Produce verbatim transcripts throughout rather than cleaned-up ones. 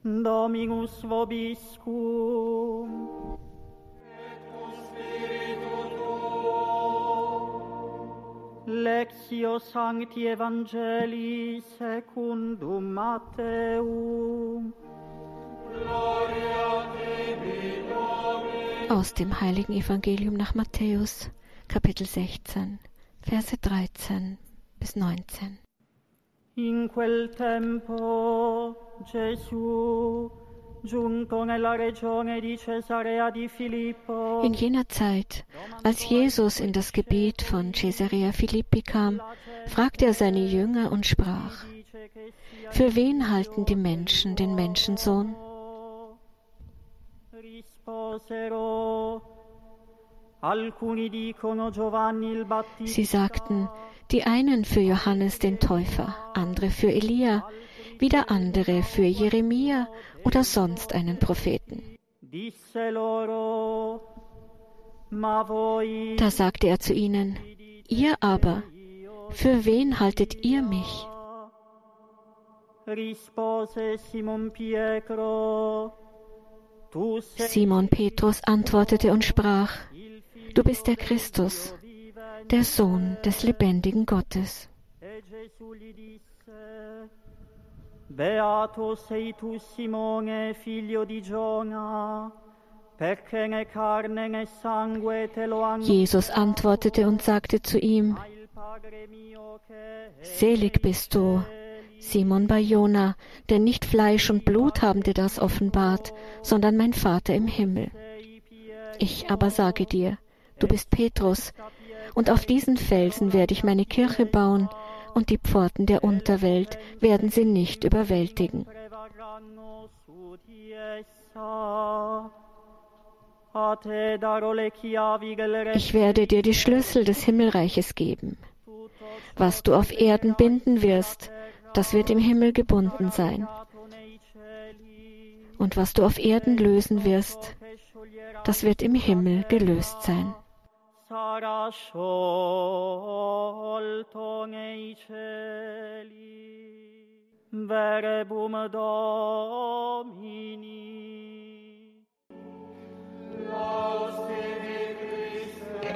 Dominus vobiscum. Lectio Sancti Evangelii secundum Matthäum. Aus dem heiligen Evangelium nach Matthäus, Kapitel sechzehn, Verse dreizehn bis neunzehn. In quel tempo Gesù, giunto nella regione di Cesarea di Filippo. In jener Zeit, als Jesus in das Gebiet von Caesarea Philippi kam, fragte er seine Jünger und sprach: Für wen halten die Menschen den Menschensohn? Sie sagten, die einen für Johannes den Täufer, andere für Elia, wieder andere für Jeremia oder sonst einen Propheten. Da sagte er zu ihnen: Ihr aber, für wen haltet ihr mich? Simon Petrus antwortete und sprach: Du bist der Christus, der Sohn des lebendigen Gottes. Beato sei tu, Simone, figlio di Giona, perché ne carne ne sangue te lo hanno. Jesus antwortete und sagte zu ihm: Selig bist du, Simon Bar-Jona, denn nicht Fleisch und Blut haben dir das offenbart, sondern mein Vater im Himmel. Ich aber sage dir, du bist Petrus, und auf diesen Felsen werde ich meine Kirche bauen, und die Pforten der Unterwelt werden sie nicht überwältigen. Ich werde dir die Schlüssel des Himmelreiches geben. Was du auf Erden binden wirst, das wird im Himmel gebunden sein. Und was du auf Erden lösen wirst, das wird im Himmel gelöst sein. Sarà sciolto nei cieli, verbum Domini. Laus tibi Christe.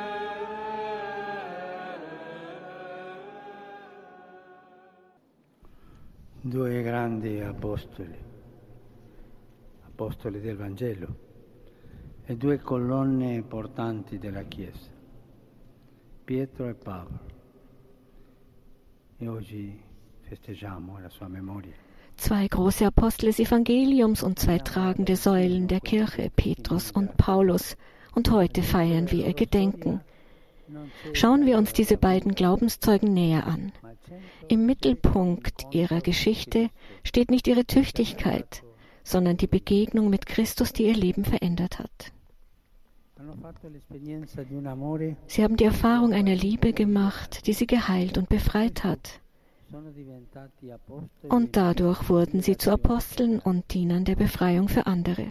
Due grandi apostoli, apostoli del Vangelo, e due colonne portanti della Chiesa, Pietro e Paolo. E oggi festeggiamo la sua memoria. Zwei große Apostel des Evangeliums und zwei tragende Säulen der Kirche, Petrus und Paulus. Und heute feiern wir ihr Gedenken. Schauen wir uns diese beiden Glaubenszeugen näher an. Im Mittelpunkt ihrer Geschichte steht nicht ihre Tüchtigkeit, sondern die Begegnung mit Christus, die ihr Leben verändert hat. Sie haben die Erfahrung einer Liebe gemacht, die sie geheilt und befreit hat. Und dadurch wurden sie zu Aposteln und Dienern der Befreiung für andere.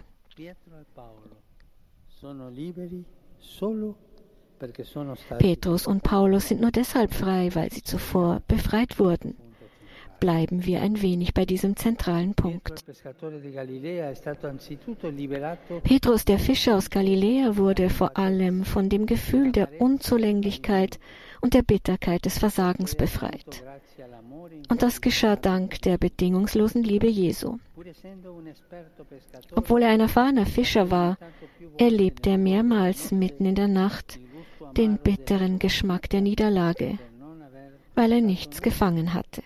Petrus und Paulus sind nur deshalb frei, weil sie zuvor befreit wurden. Bleiben wir ein wenig bei diesem zentralen Punkt. Petrus, der Fischer aus Galiläa, wurde vor allem von dem Gefühl der Unzulänglichkeit und der Bitterkeit des Versagens befreit. Und das geschah dank der bedingungslosen Liebe Jesu. Obwohl er ein erfahrener Fischer war, erlebte er mehrmals mitten in der Nacht den bitteren Geschmack der Niederlage, weil er nichts gefangen hatte.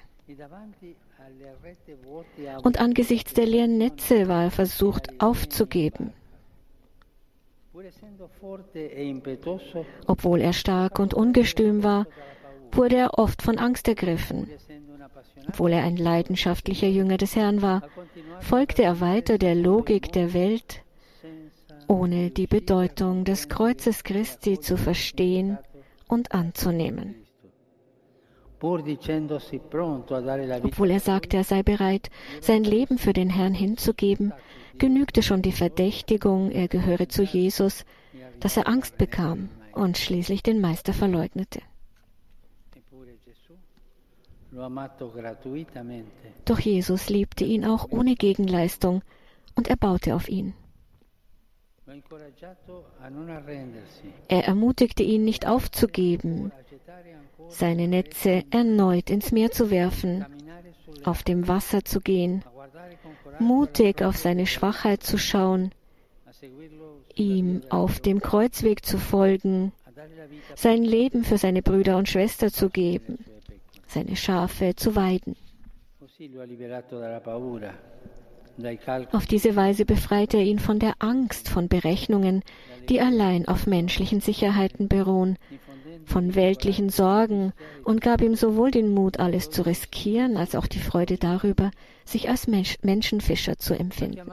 Und angesichts der leeren Netze war er versucht aufzugeben. Obwohl er stark und ungestüm war, wurde er oft von Angst ergriffen. Obwohl er ein leidenschaftlicher Jünger des Herrn war, folgte er weiter der Logik der Welt, ohne die Bedeutung des Kreuzes Christi zu verstehen und anzunehmen. Obwohl er sagte, er sei bereit, sein Leben für den Herrn hinzugeben, genügte schon die Verdächtigung, er gehöre zu Jesus, dass er Angst bekam und schließlich den Meister verleugnete. Doch Jesus liebte ihn auch ohne Gegenleistung und er baute auf ihn. Er ermutigte ihn, nicht aufzugeben, seine Netze erneut ins Meer zu werfen, auf dem Wasser zu gehen, mutig auf seine Schwachheit zu schauen, ihm auf dem Kreuzweg zu folgen, sein Leben für seine Brüder und Schwestern zu geben, seine Schafe zu weiden. Auf diese Weise befreit er ihn von der Angst, von Berechnungen, die allein auf menschlichen Sicherheiten beruhen, von weltlichen Sorgen und gab ihm sowohl den Mut, alles zu riskieren, als auch die Freude darüber, sich als Mensch, Menschenfischer zu empfinden.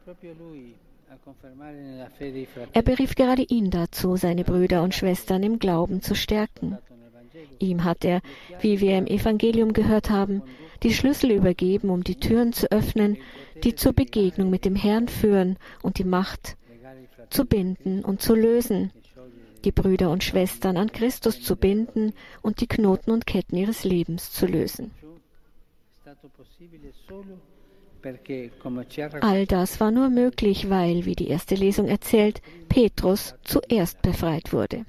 Er berief gerade ihn dazu, seine Brüder und Schwestern im Glauben zu stärken. Ihm hat er, wie wir im Evangelium gehört haben, die Schlüssel übergeben, um die Türen zu öffnen, die zur Begegnung mit dem Herrn führen und die Macht zu binden und zu lösen, die Brüder und Schwestern an Christus zu binden und die Knoten und Ketten ihres Lebens zu lösen. All das war nur möglich, weil, wie die erste Lesung erzählt, Petrus zuerst befreit wurde.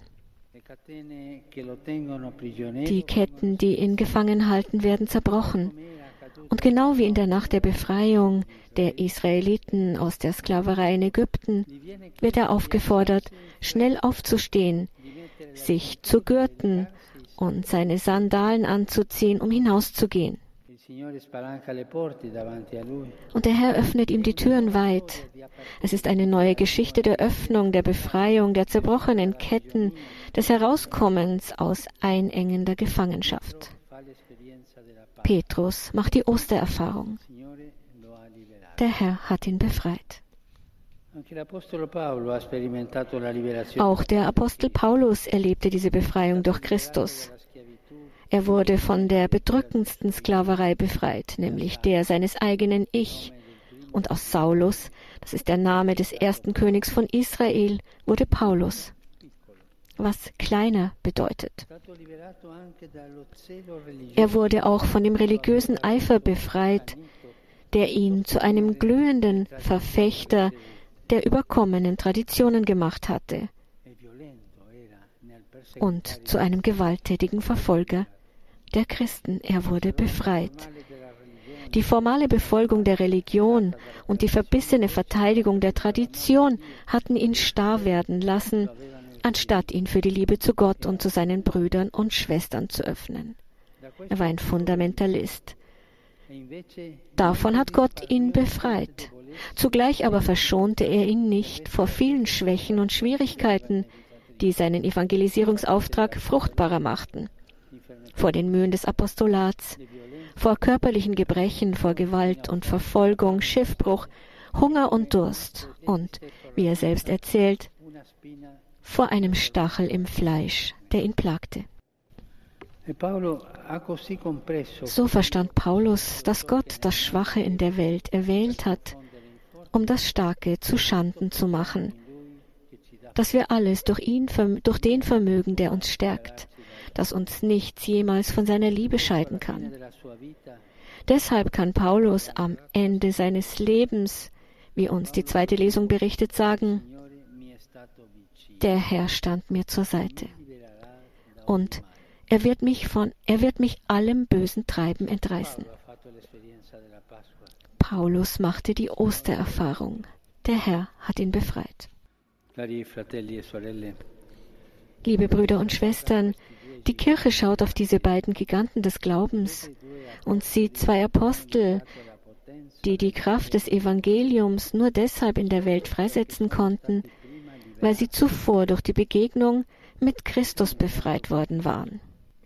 Die Ketten, die ihn gefangen halten, werden zerbrochen. Und genau wie in der Nacht der Befreiung der Israeliten aus der Sklaverei in Ägypten, wird er aufgefordert, schnell aufzustehen, sich zu gürten und seine Sandalen anzuziehen, um hinauszugehen. Und der Herr öffnet ihm die Türen weit. Es ist eine neue Geschichte der Öffnung, der Befreiung, der zerbrochenen Ketten, des Herauskommens aus einengender Gefangenschaft. Petrus macht die Ostererfahrung. Der Herr hat ihn befreit. Auch der Apostel Paulus erlebte diese Befreiung durch Christus. Er wurde von der bedrückendsten Sklaverei befreit, nämlich der seines eigenen Ich. Und aus Saulus, das ist der Name des ersten Königs von Israel, wurde Paulus, was kleiner bedeutet. Er wurde auch von dem religiösen Eifer befreit, der ihn zu einem glühenden Verfechter der überkommenen Traditionen gemacht hatte und zu einem gewalttätigen Verfolger der Christen. Er wurde befreit. Die formale Befolgung der Religion und die verbissene Verteidigung der Tradition hatten ihn starr werden lassen, anstatt ihn für die Liebe zu Gott und zu seinen Brüdern und Schwestern zu öffnen. Er war ein Fundamentalist. Davon hat Gott ihn befreit. Zugleich aber verschonte er ihn nicht vor vielen Schwächen und Schwierigkeiten, die seinen Evangelisierungsauftrag fruchtbarer machten. Vor den Mühen des Apostolats, vor körperlichen Gebrechen, vor Gewalt und Verfolgung, Schiffbruch, Hunger und Durst und, wie er selbst erzählt, vor einem Stachel im Fleisch, der ihn plagte. So verstand Paulus, dass Gott das Schwache in der Welt erwählt hat, um das Starke zu Schanden zu machen, dass wir alles durch ihn, durch den vermögen, der uns stärkt, dass uns nichts jemals von seiner Liebe scheiden kann. Deshalb kann Paulus am Ende seines Lebens, wie uns die zweite Lesung berichtet, sagen: Der Herr stand mir zur Seite und er wird mich von, er wird mich allem bösen Treiben entreißen. Paulus machte die Ostererfahrung. Der Herr hat ihn befreit. Liebe Brüder und Schwestern, die Kirche schaut auf diese beiden Giganten des Glaubens und sieht zwei Apostel, die die Kraft des Evangeliums nur deshalb in der Welt freisetzen konnten, weil sie zuvor durch die Begegnung mit Christus befreit worden waren.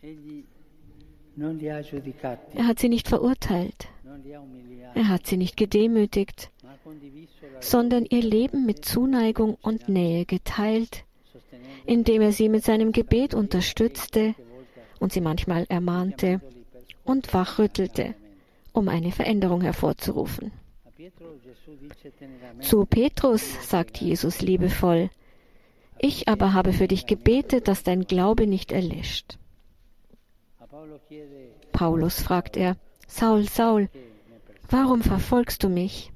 Er hat sie nicht verurteilt, er hat sie nicht gedemütigt, sondern ihr Leben mit Zuneigung und Nähe geteilt, indem er sie mit seinem Gebet unterstützte und sie manchmal ermahnte und wachrüttelte, um eine Veränderung hervorzurufen. Zu Petrus sagt Jesus liebevoll: Ich aber habe für dich gebetet, dass dein Glaube nicht erlischt. Paulus fragt er, Saul, Saul, warum verfolgst du mich?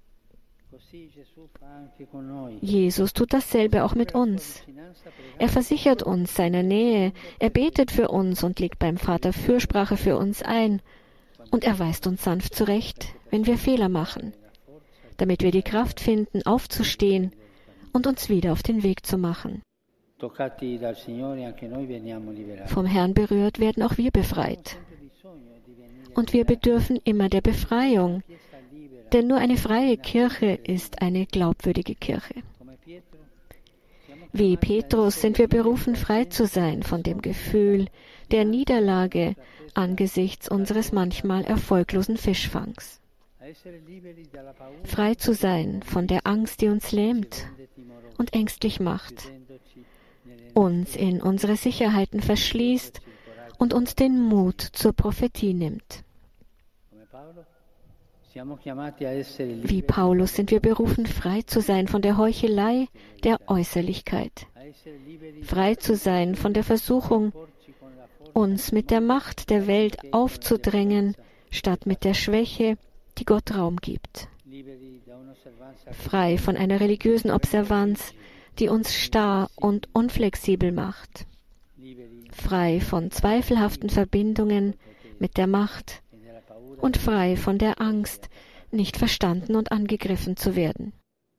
Jesus tut dasselbe auch mit uns. Er versichert uns seiner Nähe, er betet für uns und legt beim Vater Fürsprache für uns ein. Und er weist uns sanft zurecht, wenn wir Fehler machen, damit wir die Kraft finden, aufzustehen und uns wieder auf den Weg zu machen. Vom Herrn berührt werden auch wir befreit. Und wir bedürfen immer der Befreiung, denn nur eine freie Kirche ist eine glaubwürdige Kirche. Wie Petrus sind wir berufen, frei zu sein von dem Gefühl der Niederlage angesichts unseres manchmal erfolglosen Fischfangs. Frei zu sein von der Angst, die uns lähmt und ängstlich macht, uns in unsere Sicherheiten verschließt und uns den Mut zur Prophetie nimmt. Wie Paulus sind wir berufen, frei zu sein von der Heuchelei der Äußerlichkeit, frei zu sein von der Versuchung, uns mit der Macht der Welt aufzudrängen, statt mit der Schwäche, die Gott Raum gibt, frei von einer religiösen Observanz, die uns starr und unflexibel macht, frei von zweifelhaften Verbindungen mit der Macht und frei von der Angst, nicht verstanden und angegriffen zu werden.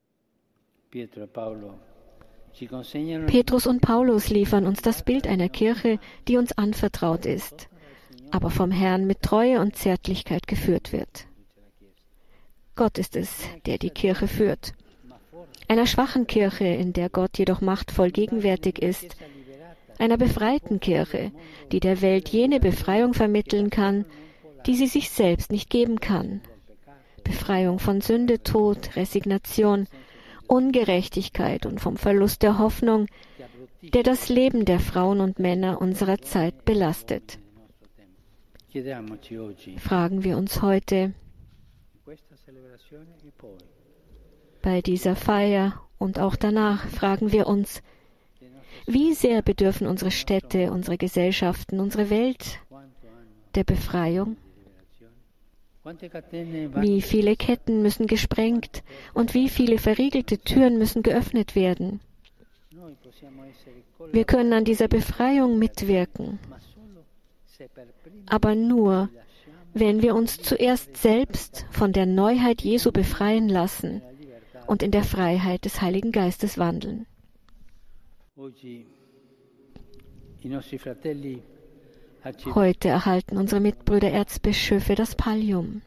Petrus und Paulus liefern uns das Bild einer Kirche, die uns anvertraut ist, aber vom Herrn mit Treue und Zärtlichkeit geführt wird. Gott ist es, der die Kirche führt. Einer schwachen Kirche, in der Gott jedoch machtvoll gegenwärtig ist, einer befreiten Kirche, die der Welt jene Befreiung vermitteln kann, die sie sich selbst nicht geben kann. Befreiung von Sünde, Tod, Resignation, Ungerechtigkeit und vom Verlust der Hoffnung, der das Leben der Frauen und Männer unserer Zeit belastet. Fragen wir uns heute bei dieser Feier und auch danach, fragen wir uns, wie sehr bedürfen unsere Städte, unsere Gesellschaften, unsere Welt der Befreiung? Wie viele Ketten müssen gesprengt und wie viele verriegelte Türen müssen geöffnet werden? Wir können an dieser Befreiung mitwirken, aber nur, wenn wir uns zuerst selbst von der Neuheit Jesu befreien lassen und in der Freiheit des Heiligen Geistes wandeln. Heute erhalten unsere Mitbrüder Erzbischöfe das Pallium.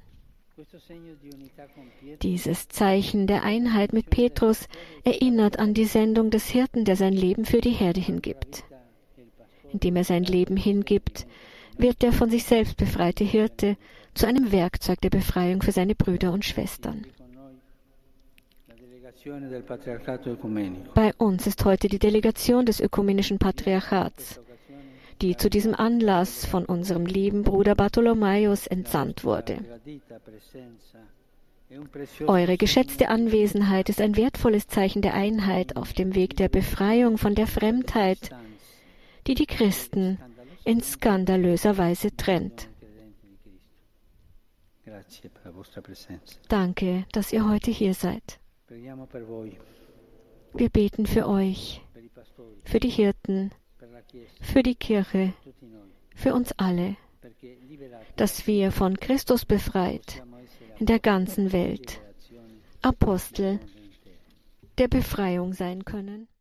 Dieses Zeichen der Einheit mit Petrus erinnert an die Sendung des Hirten, der sein Leben für die Herde hingibt. Indem er sein Leben hingibt, wird der von sich selbst befreite Hirte zu einem Werkzeug der Befreiung für seine Brüder und Schwestern. Bei uns ist heute die Delegation des Ökumenischen Patriarchats, die zu diesem Anlass von unserem lieben Bruder Bartholomäus entsandt wurde. Eure geschätzte Anwesenheit ist ein wertvolles Zeichen der Einheit auf dem Weg der Befreiung von der Fremdheit, die die Christen in skandalöser Weise trennt. Danke, dass ihr heute hier seid. Wir beten für euch, für die Hirten, für die Kirche, für uns alle, dass wir von Christus befreit in der ganzen Welt Apostel der Befreiung sein können.